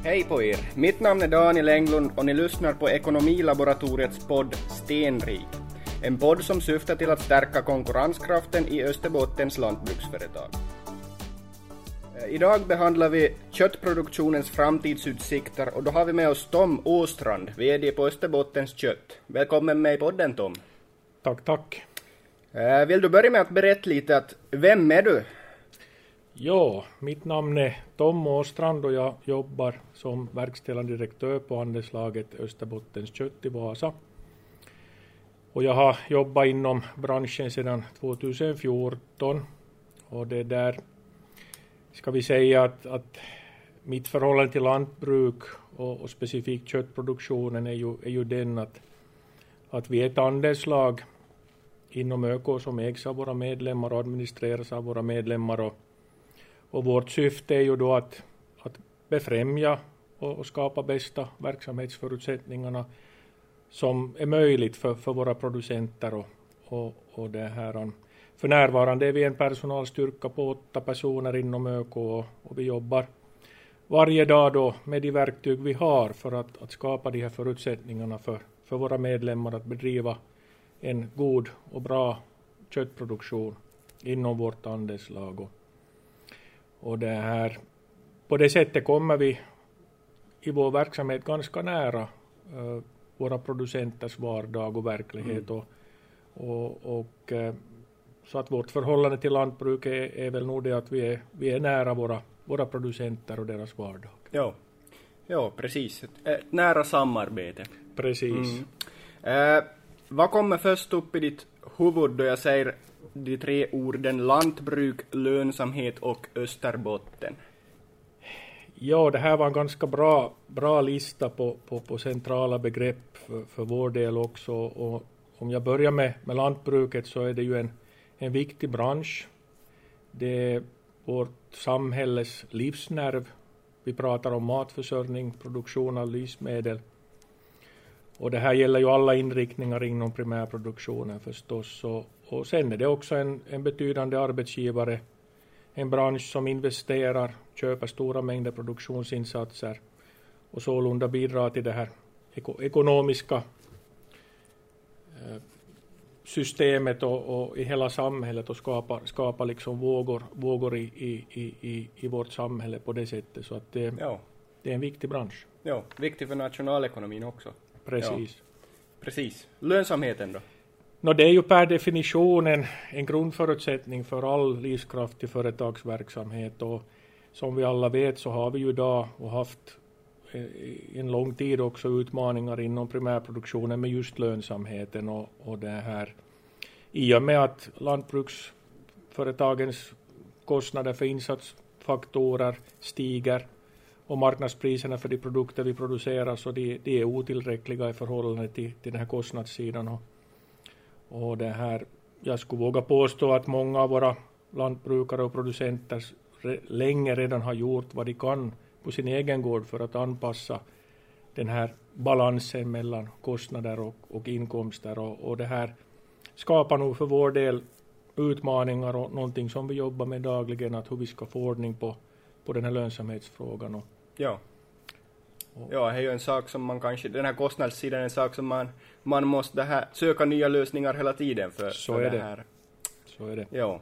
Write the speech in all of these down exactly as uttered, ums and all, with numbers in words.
Hej på er! Mitt namn är Daniel Englund och ni lyssnar på Ekonomilaboratoriets podd Stenrik. En podd som syftar till att stärka konkurrenskraften i Österbottens lantbruksföretag. Idag behandlar vi köttproduktionens framtidsutsikter och då har vi med oss Tom Åstrand, vd på Österbottens kött. Välkommen med i podden, Tom. Tack, tack. Vill du börja med att berätta lite att vem är du? Ja, mitt namn är Tom Åstrand och jag jobbar som verkställande direktör på handelslaget Österbottens kött i Vasa. Och jag har jobbat inom branschen sedan tjugohundrafjorton och det där ska vi säga att, att mitt förhållande till lantbruk och, och specifikt köttproduktionen är ju, är ju den att, att vi är ett handelslag inom ÖK som ägs av våra medlemmar och administreras av våra medlemmar och Och vårt syfte är ju då att, att befrämja och, och skapa bästa verksamhetsförutsättningarna som är möjligt för, för våra producenter. Och, och, och det här. För närvarande är vi en personalstyrka på åtta personer inom ÖK och, och vi jobbar varje dag då med de verktyg vi har för att, att skapa de här förutsättningarna för, för våra medlemmar att bedriva en god och bra köttproduktion inom vårt handelslag. Och, Och det här, på det sättet kommer vi i vår verksamhet ganska nära uh, våra producenters vardag och verklighet. Mm. Och, och, och, uh, så att vårt förhållande till lantbruk är, är väl nog det att vi är, vi är nära våra, våra producenter och deras vardag. Ja, ja precis. Ett nära samarbete. Precis. Mm. Uh, vad kommer först upp i ditt huvud då jag säger de tre orden lantbruk, lönsamhet och Österbotten? Ja, det här var en ganska bra, bra lista på, på, på centrala begrepp för, för vår del också. Och om jag börjar med, med lantbruket så är det ju en, en viktig bransch. Det är vårt samhälles livsnerv. Vi pratar om matförsörjning, produktion av livsmedel. Och det här gäller ju alla inriktningar inom primärproduktionen förstås. Och, och sen är det också en, en betydande arbetsgivare. En bransch som investerar, köper stora mängder produktionsinsatser. Och sålunda bidrar till det här eko, ekonomiska eh, systemet och, och i hela samhället. Och skapar, skapar liksom vågor, vågor i, i, i, i vårt samhälle på det sättet. Så att det, ja. det är en viktig bransch. Ja, viktig för nationalekonomin också. Precis. Ja, precis. Lönsamheten då? No, det är ju per definition en, en grundförutsättning för all livskraftig företagsverksamhet. Och som vi alla vet så har vi ju idag och haft i en lång tid också utmaningar inom primärproduktionen med just lönsamheten. Och, och det här. I och med att lantbruksföretagens kostnader för insatsfaktorer stiger och marknadspriserna för de produkter vi producerar så de, de är otillräckliga i förhållande till, till den här kostnadssidan. Och, och det här, jag skulle våga påstå att många av våra lantbrukare och producenter re, länge redan har gjort vad de kan på sin egen gård för att anpassa den här balansen mellan kostnader och, och inkomster. Och, och det här skapar nog för vår del utmaningar och någonting som vi jobbar med dagligen, att hur vi ska få ordning på, på den här lönsamhetsfrågan. Och Ja. Ja, det är ju en sak som man kanske, den här kostnadssidan är en sak som man, man måste det här, söka nya lösningar hela tiden för, så för är det, det här. Så är det. Ja.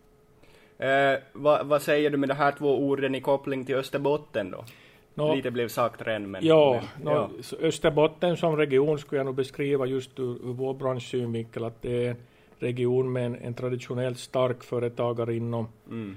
Eh, vad, vad säger du med de här två orden i koppling till Österbotten då? No, Lite blev sagt redan. Men, ja, men, no, ja. Österbotten som region skulle jag nog beskriva just ur, ur vår branschsynvinkel att det är en region med en, en traditionellt stark företagare inom mm.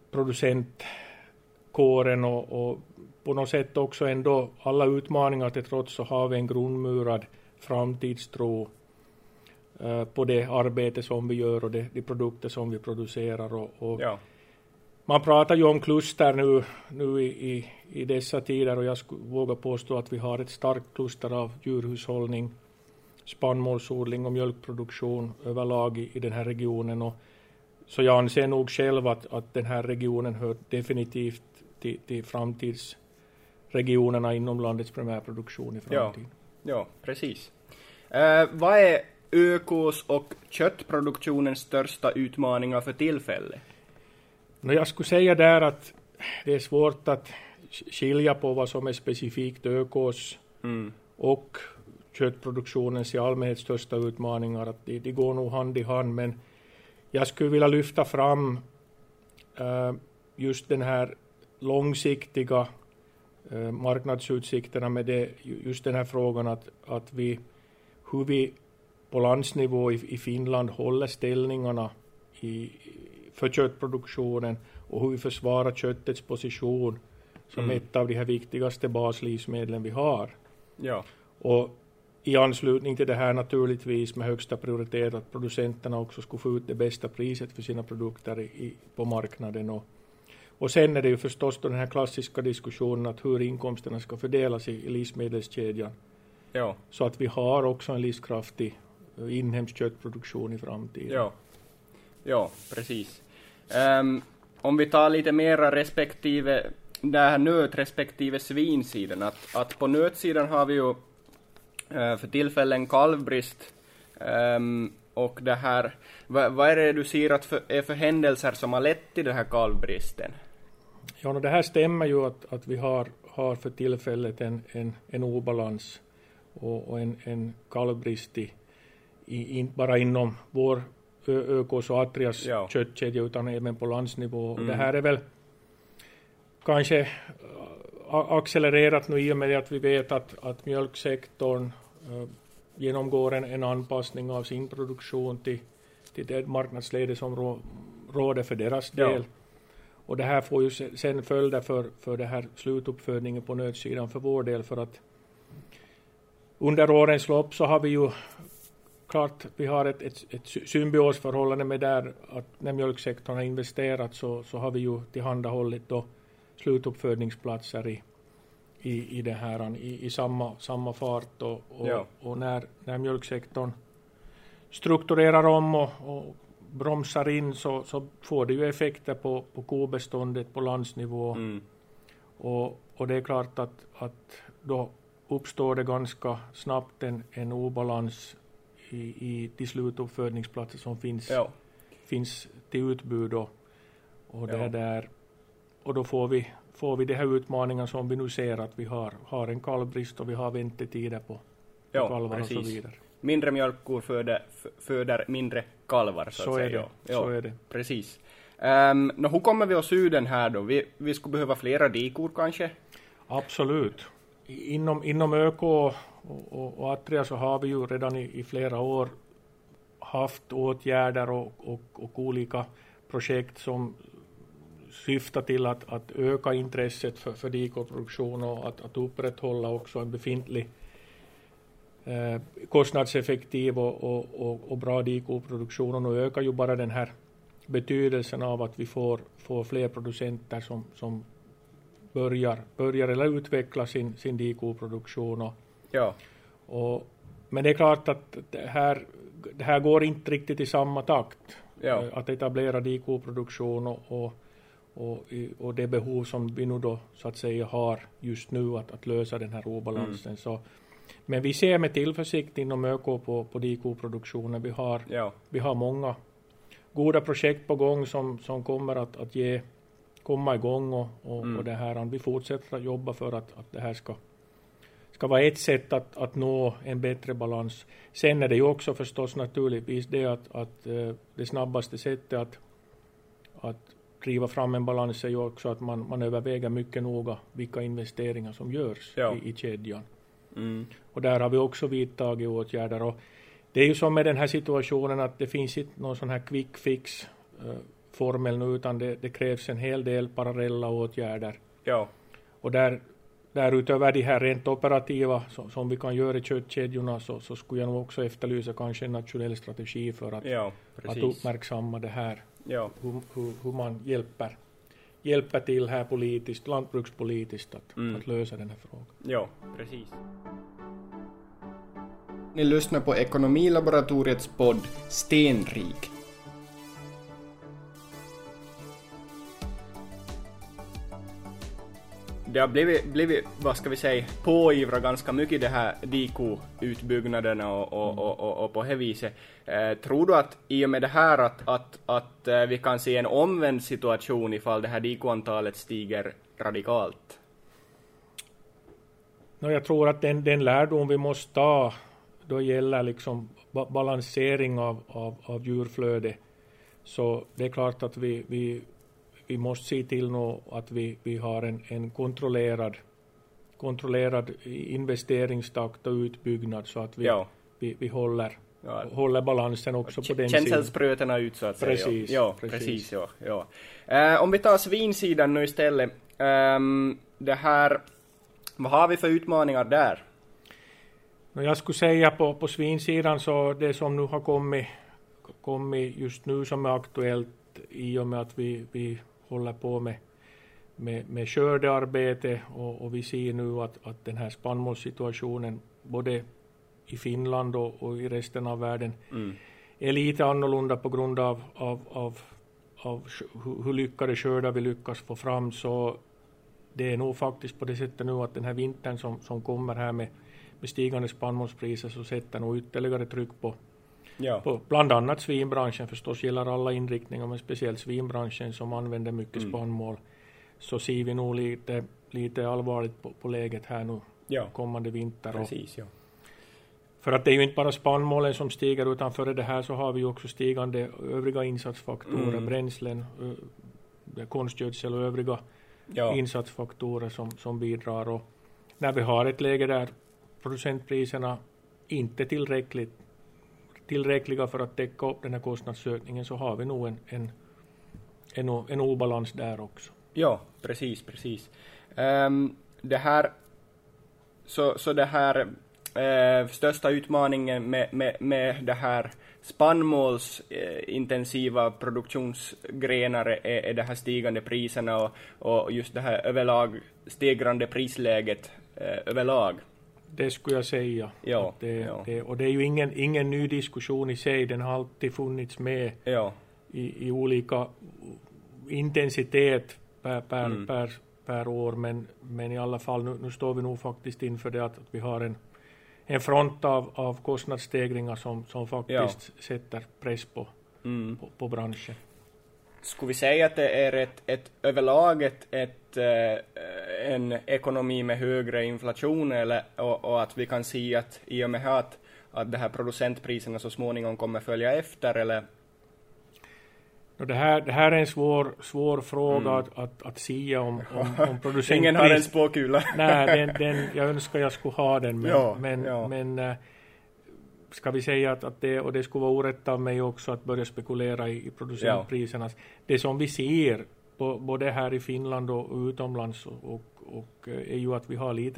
producentkåren och, och på något sätt också ändå alla utmaningar till trots så har vi en grundmurad framtidstro eh, på det arbete som vi gör och det, de produkter som vi producerar. Och, och ja. Man pratar ju om kluster nu, nu i, i, i dessa tider och jag skulle våga påstå att vi har ett starkt kluster av djurhushållning, spannmålsodling och mjölkproduktion överlag i, i den här regionen. Och, så jag anser nog själv att, att den här regionen hör definitivt till, till framtidsregionerna inom landets primärproduktion i framtiden. Ja, ja precis. Uh, vad är ÖKs och köttproduktionens största utmaningar för tillfället? No, jag skulle säga där att det är svårt att skilja på vad som är specifikt ÖKs mm. och köttproduktionens i allmänhet största utmaningar. Att de, de går nog hand i hand, men jag skulle vilja lyfta fram uh, just den här långsiktiga uh, marknadsutsikterna med det, just den här frågan att, att vi, hur vi på landsnivå i, i Finland håller ställningarna i, för köttproduktionen och hur vi försvarar köttets position som mm. ett av de här viktigaste baslivsmedlen vi har. Ja. Och i anslutning till det här naturligtvis med högsta prioritet att producenterna också skulle få ut det bästa priset för sina produkter i, på marknaden. Och, och sen är det ju förstås den här klassiska diskussionen att hur inkomsterna ska fördelas i, i livsmedelskedjan. Ja. Så att vi har också en livskraftig inhemsk köttproduktion i framtiden. Ja, ja precis. Um, om vi tar lite mera respektive det här nöt respektive svinsidan. Att, att på nötsidan har vi ju uh, för tillfällen kalvbrist. Um, och det här, vad, vad är det du ser att för, är för händelser som har lett till den här kalvbristen? Ja, och det här stämmer ju att, att vi har, har för tillfället en, en, en obalans och, och en, en kalvbrist i I, in, bara inom vår ÖKs och Atrias ja. köttkedja utan även på landsnivå. Mm. Det här är väl kanske accelererat nu i och med att vi vet att, att mjölksektorn uh, genomgår en, en anpassning av sin produktion till, till det marknadsläge som rå, råder för deras del. Ja. Och det här får ju sen följder för, för det här slutuppfödningen på nötsidan för vår del, för att under årens lopp så har vi ju klart vi har ett, ett, ett symbiosförhållande med där att när mjölksektorn har investerat så, så har vi ju tillhandahållit då slutuppfödningsplatser i, i, i det här i, i samma, samma fart och, och, ja. och när, när mjölksektorn strukturerar om och, och bromsar in så, så får det ju effekter på, på kobeståndet på landsnivå mm. och, och det är klart att, att då uppstår det ganska snabbt en, en obalans i, i de slutuppfödningsplatser som finns, ja. finns till utbud och, och, det ja. där, och då får vi, får vi de här utmaningarna som vi nu ser att vi har, har en kalvbrist och vi har väntetider på, på ja, kalvar precis. och så vidare. Mindre mjölkkor föder, föder mindre kalvar så, så att är säga. Det. Ja, så är det. Precis. Um, no, hur kommer vi oss ur den här då? Vi, vi skulle behöva flera dikor kanske? Absolut. Inom, inom ÖK och, och, och Atria så har vi ju redan i, i flera år haft åtgärder och, och, och olika projekt som syftar till att, att öka intresset för, för dikoproduktion och att, att upprätthålla också en befintlig eh, kostnadseffektiv och, och, och, och bra dikoproduktion, och ökar ju bara den här betydelsen av att vi får, får fler producenter som, som börjar, börjar eller utveckla sin, sin dikoproduktion. Och, ja. och, men det är klart att det här, det här går inte riktigt i samma takt. Ja. Att etablera dikoproduktion och, och, och, och det behov som vi nu då så att säga har just nu att, att lösa den här obalansen. Mm. Så, men vi ser med tillförsikt inom ÖK på, på dikoproduktionen. Vi har, ja. vi har många goda projekt på gång som, som kommer att, att ge, komma igång och, och, mm. och det här. Vi fortsätter att jobba för att, att det här ska, ska vara ett sätt att, att nå en bättre balans. Sen är det ju också förstås naturligtvis det att, att det snabbaste sättet att, att driva fram en balans är ju också att man, man överväger mycket noga vilka investeringar som görs ja. i, i kedjan. Mm. Och där har vi också vidtagit åtgärder. Och det är ju som med den här situationen att det finns inte någon sån här quick fix uh, formel nu, utan det, det krävs en hel del parallella åtgärder. Ja. Och där, där utöver de här rent operativa som, som vi kan göra i köttkedjorna så, så skulle jag nog också efterlysa kanske en nationell strategi för att, ja, att uppmärksamma det här. Ja. Hur, hur, hur man hjälper, hjälper till här politiskt, lantbrukspolitiskt att, mm. att lösa den här frågan. Ja, precis. Ni lyssnar på Ekonomilaboratoriets podd Stenrik. Det har blivit, blivit, vad ska vi säga, påivra ganska mycket det här diko-utbyggnaderna och, och, och, och, och på det viset. Eh, tror du att i och med det här att, att, att eh, vi kan se en omvänd situation ifall det här diko-antalet stiger radikalt? No, jag tror att den, den lärdom vi måste ta då gäller liksom ba- balansering av, av, av djurflöde. Så det är klart att vi, vi, vi måste se till nu att vi, vi har en, en kontrollerad, kontrollerad investeringstakt och utbyggnad så att vi, ja. vi, vi håller, ja. håller balansen också K- på den sidan. Känselsprötena ut så att precis, säga. Ja, precis. precis ja, ja. Uh, om vi tar svinsidan nu istället. Um, det här, vad har vi för utmaningar där? Jag skulle säga på, på svinsidan så det som nu har kommit, kommit just nu som är aktuellt i och med att vi, vi håller på med, med, med skördearbete och, och vi ser nu att, att den här spannmålssituationen både i Finland och, och i resten av världen mm. är lite annorlunda på grund av, av, av, av hur lyckade skördar vi lyckas få fram. Så det är nog faktiskt på det sättet nu att den här vintern som, som kommer här med med stigande spannmålspriser så sätter nog ytterligare tryck på, ja. på bland annat svinbranschen, förstås gäller alla inriktningar men speciellt svinbranschen som använder mycket mm. spannmål. Så ser vi nog lite, lite allvarligt på, på läget här nu ja. kommande vinter. Precis, ja. För att det är ju inte bara spannmålen som stiger utan före det här så har vi ju också stigande övriga insatsfaktorer, mm. bränslen, ö, konstgödsel och övriga ja. insatsfaktorer som, som bidrar. Och när vi har ett läge där producentpriserna inte tillräckligt, tillräckliga för att täcka upp den här kostnadsökningen så har vi nog en, en, en, en obalans där också. Ja, precis, precis. Um, det här, så, så det här uh, största utmaningen med, med, med det här spannmålsintensiva uh, produktionsgrenar är, är det här stigande priserna och, och just det här överlag stegrande prisläget uh, överlag. Det skulle jag säga. Ja, det, ja. Det, och det är ju ingen, ingen ny diskussion i sig. Den har alltid funnits med ja. i, i olika intensitet per, per, mm. per, per år. Men, men i alla fall nu, nu står vi nog faktiskt inför det att, att vi har en, en front av, av kostnadsstegringar som, som faktiskt ja. sätter press på, mm. på, på branschen. Skulle vi säga att det är ett, ett överlag ett, ett, äh, en ekonomi med högre inflation eller, och, och att vi kan se att i och med att, att det här producentpriserna så småningom kommer följa efter eller? Det här, det här är en svår, svår fråga mm. att, att, att säga om, om, om producentpris. Ingen har en spåkula. Nej, den, den, jag önskar jag skulle ha den men, ja, men, ja. men äh, ska vi säga att, att det, och det skulle vara orätt av mig också att börja spekulera i, i producentpriserna. Ja. Det som vi ser på, både här i Finland och utomlands och, och, och är ju att vi har lite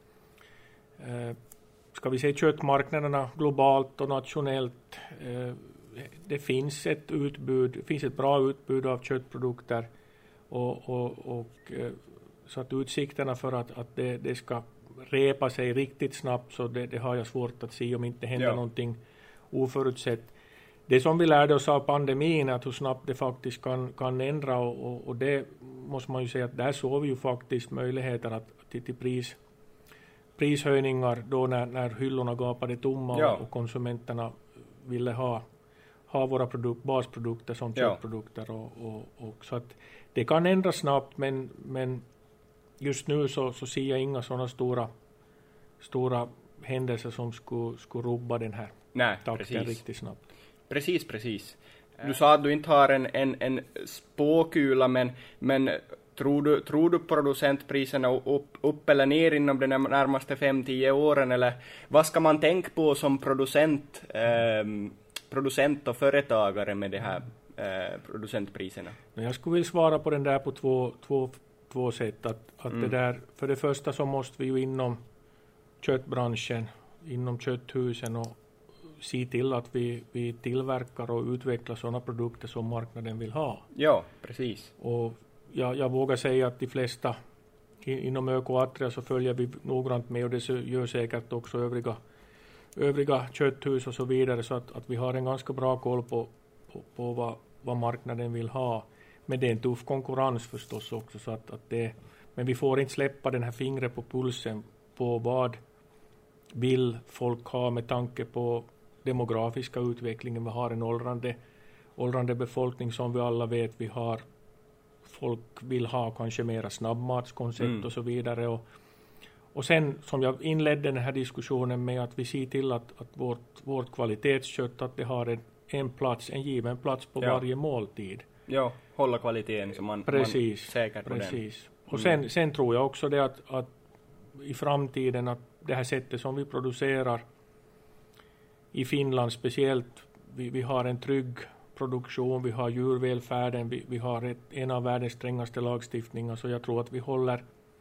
eh, ska vi säga köttmarknaderna globalt och nationellt. Eh, det finns ett utbud, det finns ett bra utbud av köttprodukter och, och, och eh, så att utsikterna för att, att det, det ska repa sig riktigt snabbt så det, det har jag svårt att se om inte händer ja. någonting oförutsett. Det som vi lärde oss av pandemin är att hur snabbt det faktiskt kan, kan ändra och, och, och det måste man ju säga att där såg vi ju faktiskt möjligheter att, till, till pris, prishöjningar då när, när hyllorna gapade tomma ja. och konsumenterna ville ha, ha våra produkt, basprodukter som köttprodukter och, och, och så att det kan ändras snabbt men, men just nu så, så ser jag inga sådana stora, stora händelser som skulle, skulle rubba den här Nej, takten precis. riktigt snabbt. Precis, precis. Du sa att du inte har en, en, en spåkula, men, men tror, du, tror du producentpriserna upp, upp eller ner inom de närmaste fem till tio åren? Eller vad ska man tänka på som producent, eh, producent och företagare med de här eh, producentpriserna? Jag skulle vilja svara på den där på två, två två sätt. Att, att mm. det där, för det första så måste vi ju inom köttbranschen, inom kötthusen och se till att vi, vi tillverkar och utvecklar sådana produkter som marknaden vill ha. Ja, precis. Och jag, jag vågar säga att de flesta inom Öko-Atria så följer vi noggrant med och det gör säkert också övriga, övriga kötthus och så vidare så att, att vi har en ganska bra koll på, på, på vad, vad marknaden vill ha. Men det är en tuff konkurrens förstås också så att, att det, men vi får inte släppa den här fingret på pulsen på vad vill folk ha med tanke på demografiska utvecklingen. Vi har en åldrande, åldrande befolkning som vi alla vet vi har. Folk vill ha kanske mera snabbmatskoncept mm. och så vidare och, Och sen som jag inledde den här diskussionen med att vi ser till att, att vårt, vårt kvalitetskött att det har en, en plats, en given plats på ja. varje måltid. Ja, hålla kvaliteten så man, precis, man säker på precis. den. Och sen, sen tror jag också det att, att i framtiden att det här sättet som vi producerar i Finland speciellt, vi, vi har en trygg produktion, vi har djurvälfärden, vi, vi har ett, en av världens strängaste lagstiftningar, så jag tror att vi håller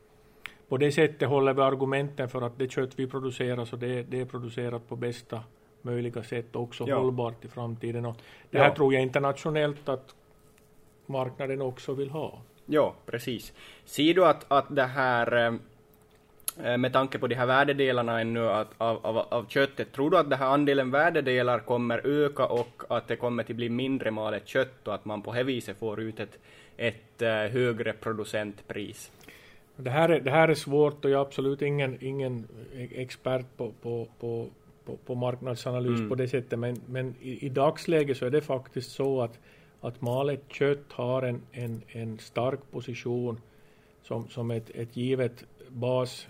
på det sättet håller vi argumenten för att det kött vi producerar så det, det är producerat på bästa möjliga sätt och också ja. hållbart i framtiden. Och det här ja. tror jag internationellt att marknaden också vill ha. Ja, precis. Ser du att, att det här med tanke på de här värdedelarna ännu att, av, av, av köttet, tror du att det här andelen värdedelar kommer öka och att det kommer att bli mindre malet kött och att man på det viset får ut ett, ett uh, högre producentpris? Det här, är, det här är svårt och jag är absolut ingen, ingen expert på, på, på, på, på marknadsanalys mm. på det sättet, men, men i, i dagsläget så är det faktiskt så att, att malet kött har en, en, en stark position som, som ett, ett givet bas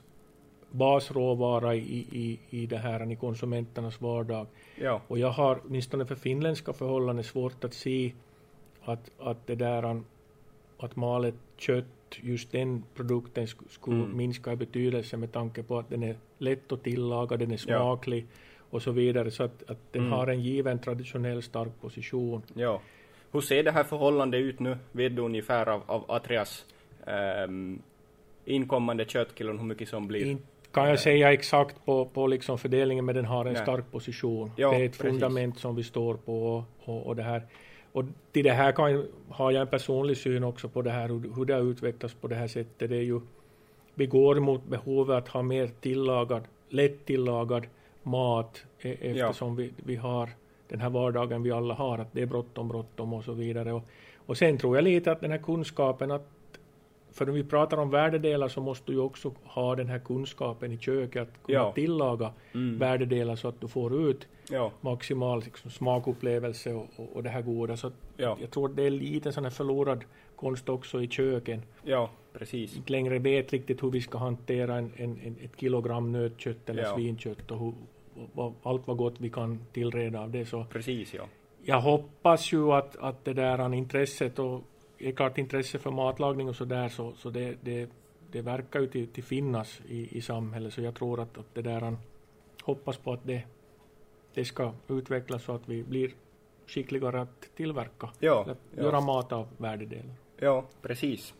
basråvara i, i, i det här i konsumenternas vardag. Ja. Och jag har åtminstone för finländska förhållanden svårt att se att, att det där att malet kött, just den produkten sk- skulle mm. minska i betydelse med tanke på att den är lätt att tillaga, den är smaklig ja. och så vidare, så att, att den mm. har en given traditionell stark position. Ja. Hur ser det här förhållandet ut nu? Vet du ungefär av, av Atrias um, inkommande köttkilon hur mycket som blir? In- Kan jag säga exakt på, på liksom fördelningen, men den har en Nej. stark position. Ja, det är ett precis. fundament som vi står på och, och det här. Och till det här kan, har jag en personlig syn också på det här, hur, hur det har utvecklats på det här sättet. Det är ju, vi går mot behovet att ha mer tillagad, lätt tillagad mat eftersom ja. vi, vi har den här vardagen vi alla har, att det är bråttom, bråttom och så vidare. Och, och sen tror jag lite att den här kunskapen att för när vi pratar om värdedelar så måste du också ha den här kunskapen i köket att kunna ja. tillaga mm. värdedelar så att du får ut ja. maximal liksom, smakupplevelse och, och, och det här goda. Så ja. jag tror att det är lite sån här förlorad konst också i köken. Ja, precis. Inte längre vet riktigt hur vi ska hantera en, en, en, ett kilogram nötkött eller ja. svinkött och hur, och, och allt vad gott vi kan tillreda av det. Så precis, ja. Jag hoppas ju att, att det där intresset och är klart intresse för matlagning och så där så, så det, det, det verkar ju till, till finnas i, i samhället, så jag tror att, att det där han hoppas på att det, det ska utvecklas så att vi blir skickligare att tillverka ja, att ja. göra mat av värdedelar. Ja, precis.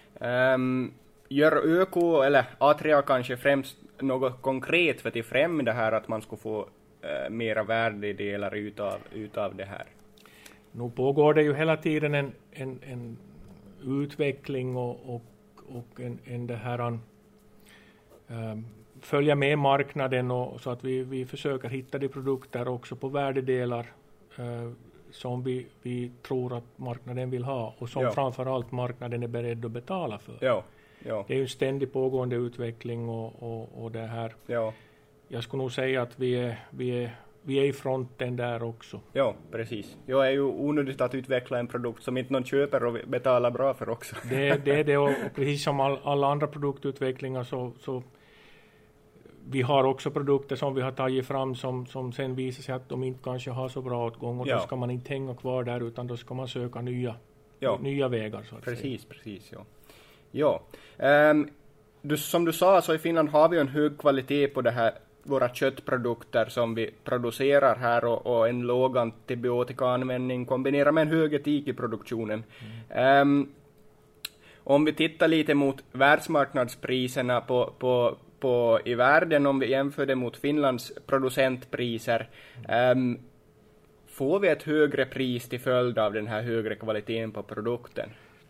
Um, gör ÖK eller Atria kanske främst något konkret för till främja det här att man ska få uh, mera värdedelar utav, utav det här? Nu pågår det ju hela tiden en, en, en utveckling och, och, och en, en det här um, följa med marknaden och, så att vi, vi försöker hitta de produkter också på värdedelar uh, som vi, vi tror att marknaden vill ha och som ja. framförallt marknaden är beredd att betala för. Ja. Ja. Det är ju en ständig pågående utveckling och, och, och det här. Ja. Jag skulle nog säga att vi är, vi är Vi är i fronten där också. Ja, precis. Jag är ju onödigt att utveckla en produkt som inte någon köper och betalar bra för också. Det, det är det, och precis som all, alla andra produktutvecklingar så, så vi har också produkter som vi har tagit fram som, som sen visar sig att de inte kanske har så bra åtgång och ja. då ska man inte hänga kvar där utan då ska man söka nya, ja. nya vägar. Så att precis, säga. precis. Ja. Ja. Um, du, som du sa så i Finland har vi en hög kvalitet på det här våra köttprodukter som vi producerar här och, och en låg antibiotikaanvändning kombinerat med en hög etik i produktionen. Mm. Um, om vi tittar lite mot världsmarknadspriserna på, på, på, i världen, om vi jämför det mot Finlands producentpriser, um, får vi ett högre pris till följd av den här högre kvaliteten på produkten?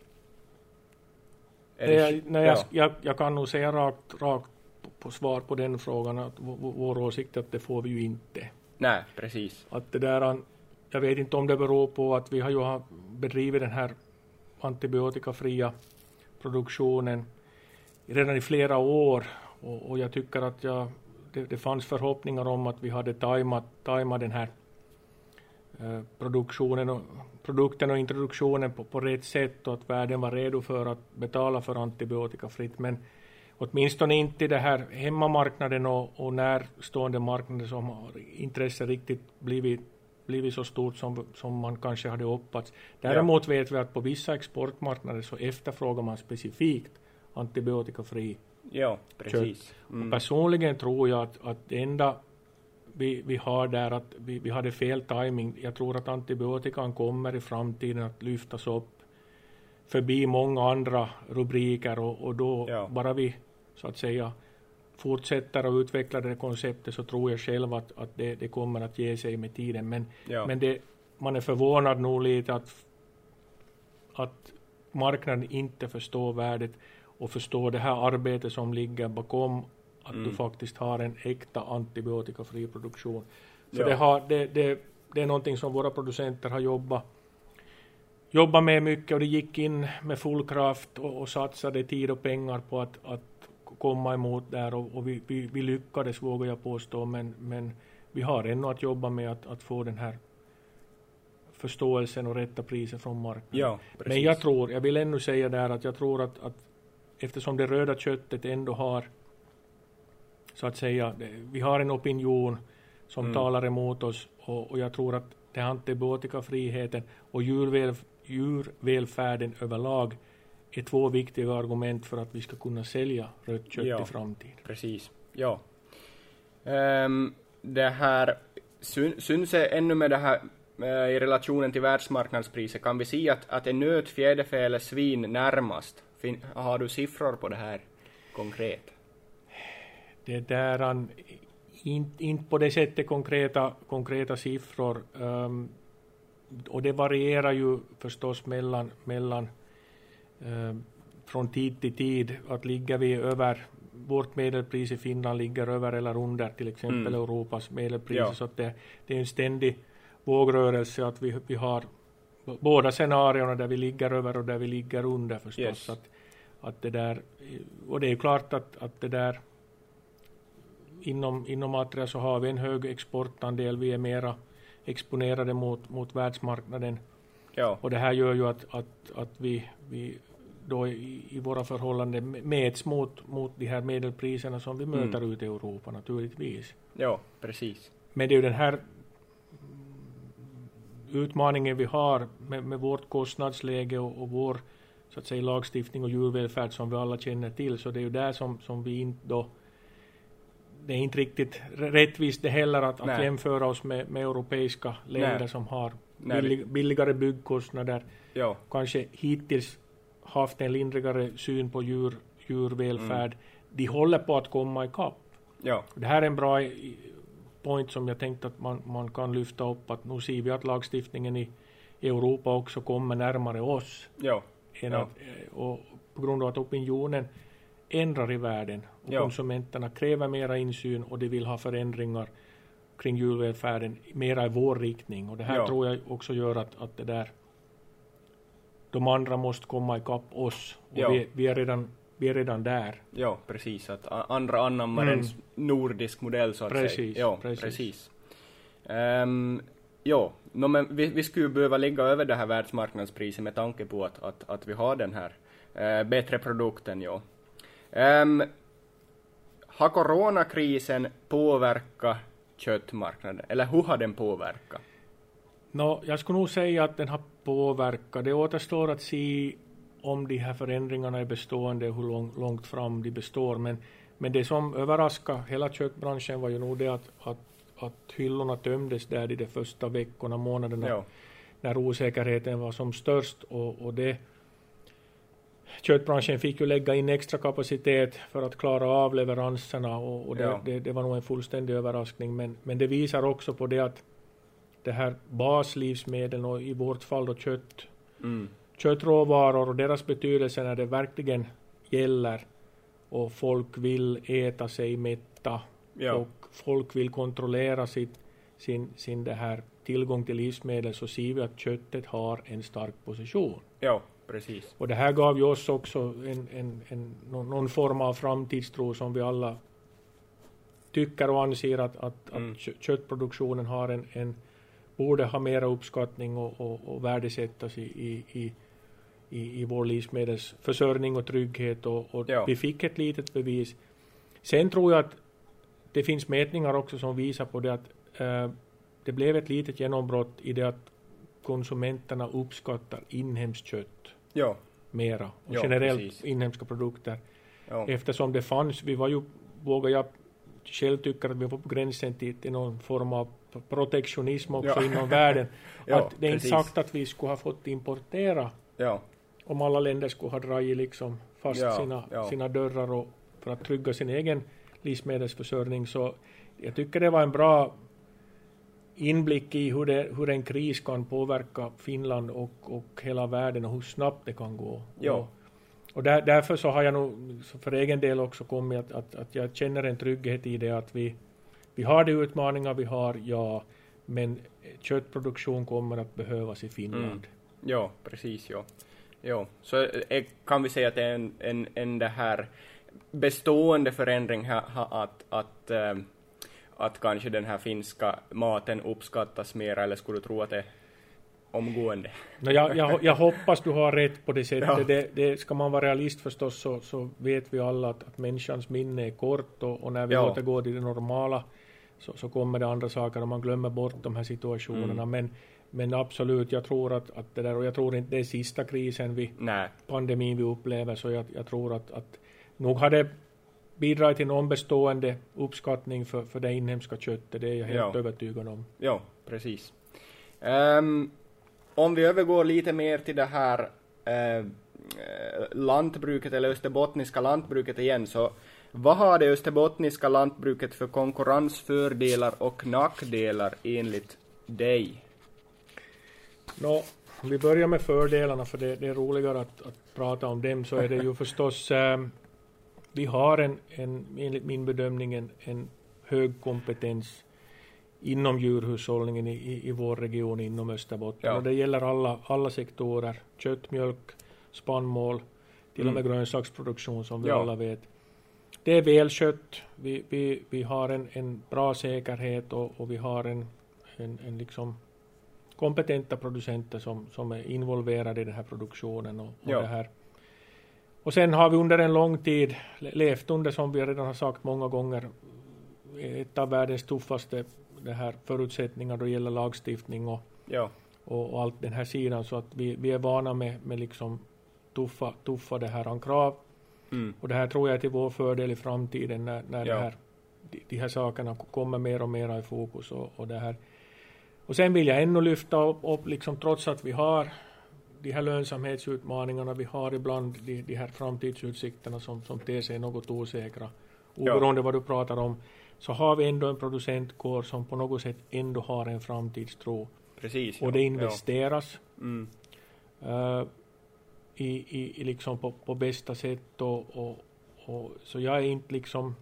Det, det, nej, ja. jag, jag, jag kan nog säga rakt, rakt på svar på den frågan att v- vår åsikt att det får vi ju inte. Nej, precis. Att det där, jag vet inte om det beror på att vi har ju bedrivit den här antibiotikafria produktionen redan i flera år och, och jag tycker att jag, det, det fanns förhoppningar om att vi hade tajmat, tajmat den här eh, produktionen och, produkten och introduktionen på, på rätt sätt och att världen var redo för att betala för antibiotikafritt, men åtminstone inte i det här hemmamarknaden och, och närstående marknader som har intresse riktigt blivit, blivit så stort som, som man kanske hade hoppats. Däremot ja. vet vi att på vissa exportmarknader så efterfrågar man specifikt antibiotikafri ja, precis. Mm. Och personligen tror jag att, att det enda vi, vi har där att vi, vi hade fel timing. Jag tror att antibiotikan kommer i framtiden att lyftas upp förbi många andra rubriker och, och då ja. bara vi så att säga fortsätter att utveckla det konceptet så tror jag själv att, att det, det kommer att ge sig med tiden. Men, ja. men det, man är förvånad nog lite att, att marknaden inte förstår värdet och förstår det här arbetet som ligger bakom att mm. du faktiskt har en äkta antibiotikafri produktion. För ja. det, har, det, det, det är någonting som våra producenter har jobbat jobba med mycket och det gick in med full kraft och, och satsade tid och pengar på att, att komma emot där och, och vi, vi, vi lyckades, vågar jag påstå, men, men vi har ännu att jobba med att, att få den här förståelsen och rätta priser från marknaden. Ja, men jag tror, jag vill ännu säga där att jag tror att, att eftersom det röda köttet ändå har så att säga, vi har en opinion som mm. talar emot oss och, och jag tror att det antibiotikafriheten och djurväl, djurvälfärden överlag är två viktiga argument för att vi ska kunna sälja rött kött ja, i framtiden. Precis, ja. Um, det här syn, syns det ännu med det här uh, i relationen till världsmarknadspriset. Kan vi se att, att en nöt, fjäderfä eller svin närmast? Fin, har du siffror på det här konkret? Det där han inte in på det sättet konkreta, konkreta siffror. Um, och det varierar ju förstås mellan, mellan um, från tid till tid. Att ligger vi över, vårt medelpris i Finland ligger över eller under till exempel mm. Europas medelpris. Ja. Så att det, det är en ständig vågrörelse att vi, vi har båda scenarierna där vi ligger över och där vi ligger under förstås. Yes. Att, att det där, och det är klart att, att det där Inom, inom Atria så har vi en hög exportandel. Vi är mera exponerade mot, mot världsmarknaden. Ja. Och det här gör ju att, att, att vi, vi då i, i våra förhållanden mäts mot, mot de här medelpriserna som vi möter mm. ut i Europa naturligtvis. Ja, precis. Men det är ju den här utmaningen vi har med, med vårt kostnadsläge och, och vår så att säga, lagstiftning och djurvälfärd som vi alla känner till. Så det är ju där som, som vi inte då det är inte riktigt rättvist det heller att, att jämföra oss med, med europeiska länder Nej. som har billig, billigare byggkostnader. Ja. Kanske hittills haft en lindrigare syn på djur, djurvälfärd. Mm. De håller på att komma ikapp. Ja. Det här är en bra point som jag tänkte att man, man kan lyfta upp. Att nu ser vi att lagstiftningen i Europa också kommer närmare oss. Ja. Än ja. Att, och på grund av att opinionen ändrar i världen och ja. konsumenterna kräver mera insyn och de vill ha förändringar kring djurvälfärden mera i vår riktning. Och det här ja. tror jag också gör att, att det där de andra måste komma ikapp oss. Och ja. vi, vi, är redan, vi är redan där. Ja, precis. Att andra anammar mm. en nordisk modell så att precis, säga. Ja, precis. precis. Um, ja, no, men vi, vi skulle behöva ligga över det här världsmarknadspriset med tanke på att, att, att vi har den här uh, bättre produkten, ja. Um, har coronakrisen påverkat köttmarknaden? Eller hur har den påverkat? No, jag skulle nog säga att den har påverkat. Det återstår att se om de här förändringarna är bestående och hur lång, långt fram de består. Men, men det som överraskade hela köttbranschen var ju nog det att, att, att hyllorna tömdes där i de första veckorna, månaderna. Ja. När osäkerheten var som störst. Och, och det köttbranschen fick ju lägga in extra kapacitet för att klara av leveranserna och, och det, ja. det, det var nog en fullständig överraskning. Men, men det visar också på det att det här baslivsmedlen och i vårt fall då kött, mm. köttråvaror och deras betydelse när det verkligen gäller och folk vill äta sig mätta ja. och folk vill kontrollera sitt, sin, sin det här tillgång till livsmedel, så ser vi att köttet har en stark position. Ja. Precis. Och det här gav ju oss också en, en, en, någon, någon form av framtidstro som vi alla tycker och anser att, att, mm. att köttproduktionen har en, en, borde ha mera uppskattning och, och, och värdesättas i, i, i, i, i vår livsmedelsförsörjning och trygghet, och, och ja. vi fick ett litet bevis. Sen tror jag att det finns mätningar också som visar på det att äh, det blev ett litet genombrott i det att konsumenterna uppskattar inhemskt kött ja. mera och ja, generellt precis. inhemska produkter. Ja. Eftersom det fanns, vi var ju, vågar jag själv tycker att vi var på gränsen till, till någon form av protektionism också ja. inom världen. ja, att det är inte sagt att vi skulle ha fått importera ja. om alla länder skulle ha dragit liksom fast ja, sina, ja. sina dörrar och för att trygga sin egen livsmedelsförsörjning. Så jag tycker det var en bra inblick i hur, det, hur en kris kan påverka Finland och, och hela världen och hur snabbt det kan gå. Ja. Och, och där, därför så har jag nog för egen del också kommit att, att, att jag känner en trygghet i det att vi, vi har de utmaningar vi har, ja, men köttproduktion kommer att behövas i Finland. Mm. Ja, precis, ja. ja. Så är, kan vi säga att det är en, en, en det här bestående förändring här, att, att, äh, att kanske den här finska maten uppskattas mer, eller skulle du tro att det är omgående? No, jag, jag, jag hoppas du har rätt på det sättet. Ja. Det, det, ska man vara realist förstås så, så vet vi alla att, att människans minne är kort, och, och när vi ja. återgår till det normala så, så kommer det andra saker och man glömmer bort de här situationerna. Mm. Men, men absolut, jag tror att, att det där, och jag tror inte det är sista krisen vi, Nej. pandemin vi upplever, så jag, jag tror att, att nog har det bidragit till någon bestående uppskattning för, för det inhemska köttet, det är jag helt ja. övertygad om. Ja, precis. Um, om vi övergår lite mer till det här uh, lantbruket eller österbottniska lantbruket igen, så vad har det österbottniska lantbruket för konkurrensfördelar och nackdelar enligt dig? Nå, om vi börjar med fördelarna, för det, det är roligare att, att prata om dem, så är det ju förstås eh, vi har en, en, enligt min bedömning en, en hög kompetens inom djurhushållningen i, i, i vår region inom Österbotten. Ja. Och det gäller alla, alla sektorer, kött, mjölk, spannmål, till och med mm. grönsaksproduktion som vi ja. alla vet. Det är välkött, vi, vi, vi har en, en bra säkerhet, och, och vi har en, en, en liksom kompetenta producenter som, som är involverade i den här produktionen. Och, och, ja. det här. Och sen har vi under en lång tid levt under, som vi redan har sagt många gånger, ett av världens tuffaste det här förutsättningar då det gäller lagstiftning och, ja. och, och allt den här sidan, så att vi, vi är vana med, med liksom tuffa, tuffa det här krav. Mm. Och det här tror jag är till vår fördel i framtiden när, när ja. det här, de, de här sakerna kommer mer och mer i fokus. Och, och, det här. Och sen vill jag ännu lyfta upp, upp liksom, trots att vi har de här lönsamhetsutmaningarna, vi har ibland de, de här framtidsutsikterna som, som ter sig något osäkra. Oberoende ja. vad du pratar om, så har vi ändå en producentkår som på något sätt ändå har en framtidstro. Precis. Och ja. det investeras ja. mm. uh, i, i, i liksom på, på bästa sätt. Och, och, och, så jag är inte liksom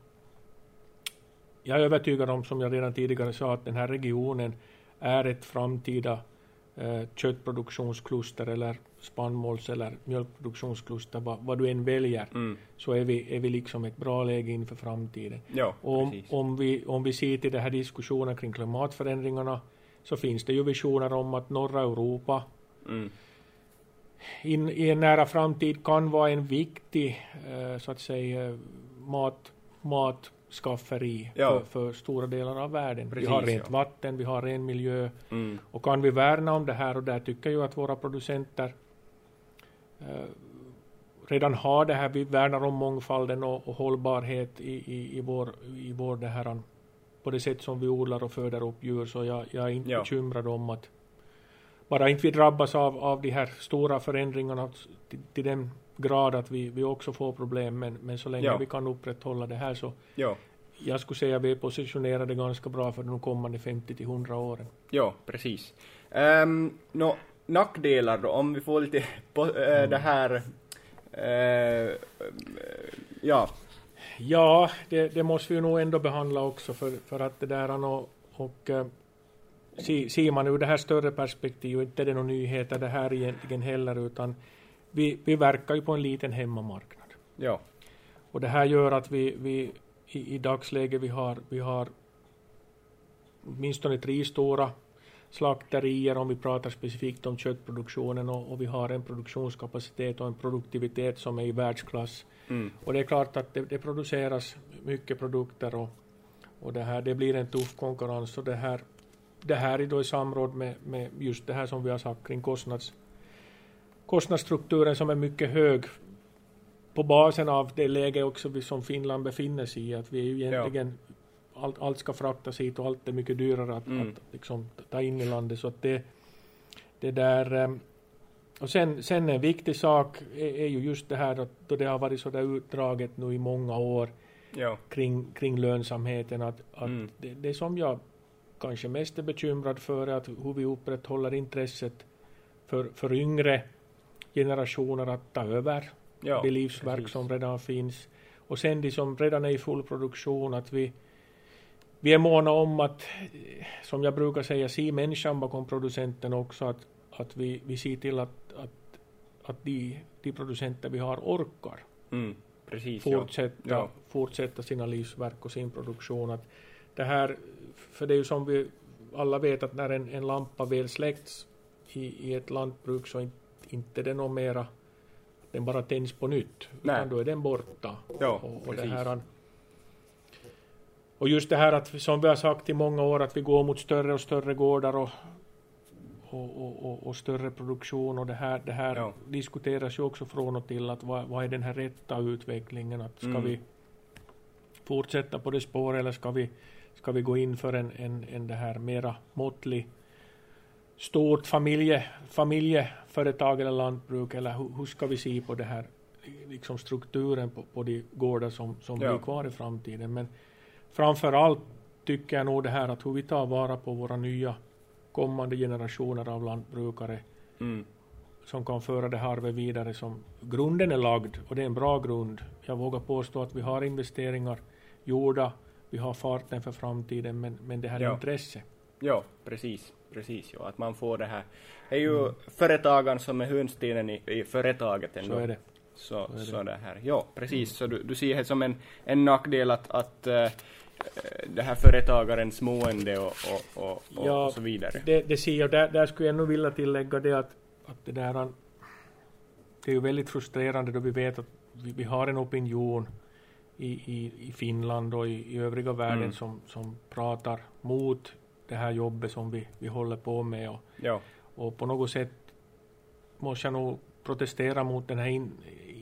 jag är övertygad om, som jag redan tidigare sa, att den här regionen är ett framtida uh, köttproduktionskluster eller spannmåls- eller mjölkproduktionskluster, vad, vad du än väljer, mm. så är vi, är vi liksom ett bra läge inför framtiden. Ja, om, om, vi, om vi ser till den här diskussionen kring klimatförändringarna, så finns det ju visioner om att norra Europa mm. in, i en nära framtid kan vara en viktig eh, så att säga mat, matskafferi ja. för, för stora delar av världen. Precis, vi har rent ja. vatten, vi har ren miljö mm. och kan vi värna om det här, och där tycker jag att våra producenter eh, redan har det här, vi värnar om mångfalden och, och hållbarhet i, i, i vår, i vår det här, på det sätt som vi odlar och föder upp djur, så jag, jag är inte ja. bekymrad om att bara inte vi drabbas av, av de här stora förändringarna till, till den grad att vi, vi också får problem, men, men så länge ja. vi kan upprätthålla det här, så ja. jag skulle säga att vi är positionerade ganska bra för de kommande femtio till hundra åren. Ja, precis. Um, no, nackdelar då, om vi får lite på, äh, mm. det här äh, ja Ja, det, det måste vi nog ändå behandla också, för, för att det där och, och äh, ser man ur det här större perspektivet, inte är det några nyheter det här egentligen heller, utan vi, vi verkar ju på en liten hemmamarknad. Ja. Och det här gör att vi, vi i, i dagsläget vi har, vi har åtminstone tre stora slakterier om vi pratar specifikt om köttproduktionen och, och vi har en produktionskapacitet och en produktivitet som är i världsklass. Mm. Och det är klart att det, det produceras mycket produkter och, och det, här, det blir en tuff konkurrens och det här, det här är då i samråd med, med just det här som vi har sagt kring kostnads, kostnadsstrukturen som är mycket hög på basen av det läge också vi som Finland befinner sig i, att vi är ju egentligen ja. allt, allt ska fraktas hit och allt är mycket dyrare att, mm. att liksom, ta in i landet så att det, det där och sen, sen en viktig sak är, är ju just det här att då det har varit så där utdraget nu i många år ja. kring, kring lönsamheten att, att mm. det, det som jag kanske mest är bekymrad för är att hur vi upprätthåller intresset för, för yngre generationer att ta över ja, det livsverk precis. Som redan finns. Och sen de som redan är i full produktion att vi, vi är måna om att, som jag brukar säga, se människan bakom producenten också. Att, att vi, vi ser till att, att, att de, de producenter vi har orkar mm, precis, fortsätta, ja. Ja. fortsätta sina livsverk och sin produktion. Att det här, för det är ju som vi alla vet att när en, en lampa väl släckts i, i ett lantbruk så inte, inte det någon mera den bara tänds på nytt. Nej. Utan då är den borta. Ja, och, och, det här, och just det här att som vi har sagt i många år att vi går mot större och större gårdar och, och, och, och, och större produktion och det här, det här ja. diskuteras ju också från och till att vad, vad är den här rätta utvecklingen? Att ska mm. vi fortsätta på det spår eller ska vi, ska vi gå in för en, en, en det här mera måttlig stort familje, familjeföretag eller lantbruk eller hur, hur ska vi se på det här liksom strukturen på, på de gårdar som, som ja. blir kvar i framtiden. Men framförallt tycker jag nog det här att hur vi tar vara på våra nya kommande generationer av lantbrukare mm. som kan föra det här vidare som grunden är lagd och det är en bra grund. Jag vågar påstå att vi har investeringar gjorda, vi har farten för framtiden men, men det här ja. är intresse. Ja, precis. Precis, ja, att man får det här. Det är ju mm. företagaren som är hörnstenen i, i företaget ändå. Så är det. Så, så, är det. så det här. Ja, precis. Mm. Så du, du ser det som en, en nackdel att, att uh, det här företagarens mående och, och, och, och, ja, och så vidare. Det, det ser jag. Där, där skulle jag nog vilja tillägga det att, att det där det är ju väldigt frustrerande då vi vet att vi, vi har en opinion i, i, i Finland och i, i övriga världen mm. som, som pratar mot det här jobbet som vi, vi håller på med och, ja. och på något sätt måste jag nog protestera mot den här in,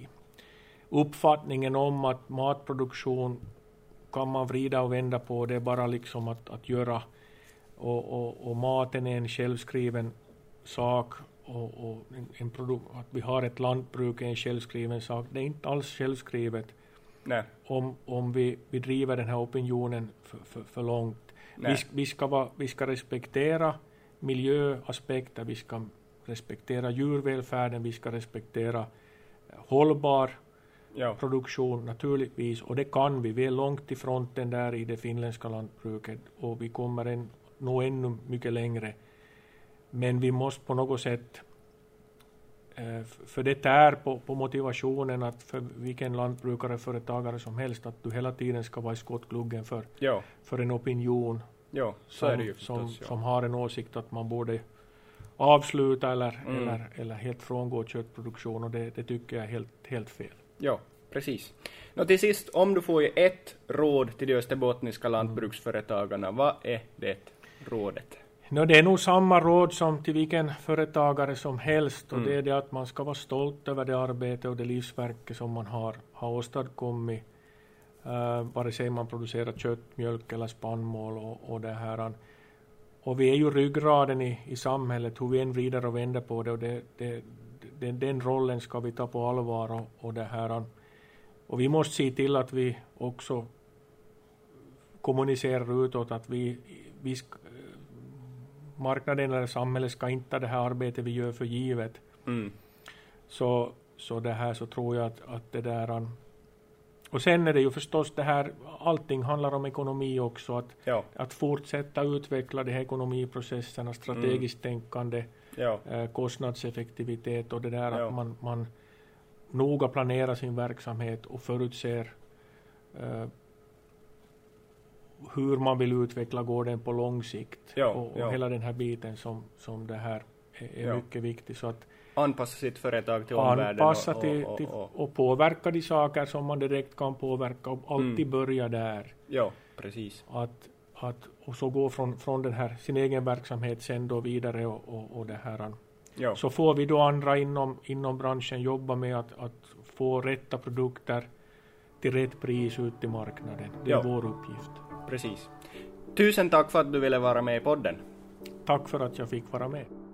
uppfattningen om att matproduktion kan man vrida och vända på, det är bara liksom att, att göra och, och, och maten är en självskriven sak och, och en, en produkt, att vi har ett lantbruk är en självskriven sak, det är inte alls självskrivet. Nej. om, om vi, vi driver den här opinionen för, för, för långt. Vi, vi, ska va, vi ska respektera miljöaspekter, vi ska respektera djurvälfärden, vi ska respektera hållbar ja. produktion naturligtvis. Och det kan vi, vi är långt i fronten där i det finländska lantbruket och vi kommer en, nå ännu mycket längre. Men vi måste på något sätt, eh, för det är på, på motivationen att för vilken lantbrukare, företagare som helst att du hela tiden ska vara i skottgluggen för, ja. för en opinion. Ja, så som, är det ju förstås, som, ja. som har en åsikt att man borde avsluta eller, mm. eller, eller helt frångå köttproduktion och det, det tycker jag är helt, helt fel. Ja, precis. Nå, till sist, om du får ge ett råd till de österbottniska lantbruksföretagarna, vad är det rådet? Nå, det är nog samma råd som till vilken företagare som helst och mm. det är det att man ska vara stolt över det arbete och det livsverk som man har, har åstadkommit. Uh, vare sig man producerar kött, mjölk eller spannmål och, och det här. Och vi är ju ryggraden i, i samhället, hur vi än vrider och vänder på det och det, det, det, den rollen ska vi ta på allvar och, och det här. Och vi måste se till att vi också kommunicerar utåt att vi, vi ska, marknaden eller samhället ska inte ta det här arbetet vi gör för givet. Mm. Så, så det här så tror jag att, att det där. Och sen är det ju förstås det här, allting handlar om ekonomi också, att, ja. att fortsätta utveckla de här ekonomiprocesserna, strategiskt mm. tänkande, ja. eh, kostnadseffektivitet och det där ja. att man, man noga planerar sin verksamhet och förutser eh, hur man vill utveckla gården på lång sikt. Ja, och och ja. hela den här biten som, som det här är, är Ja. mycket viktig. Så att Anpassa sitt företag till omvärlden. anpassa och, till, och, till, och, och. och påverka de saker som man direkt kan påverka och alltid Mm. börja där. Ja, precis. Att, att, och så gå från, från den här, sin egen verksamhet sen då vidare och, och, och det här. Ja. Så får vi då andra inom, inom branschen jobba med att, att få rätta produkter till rätt pris ut i marknaden. Det är Ja. vår uppgift. Precis. Tusen tack för att du ville vara med i podden. Tack för att jag fick vara med.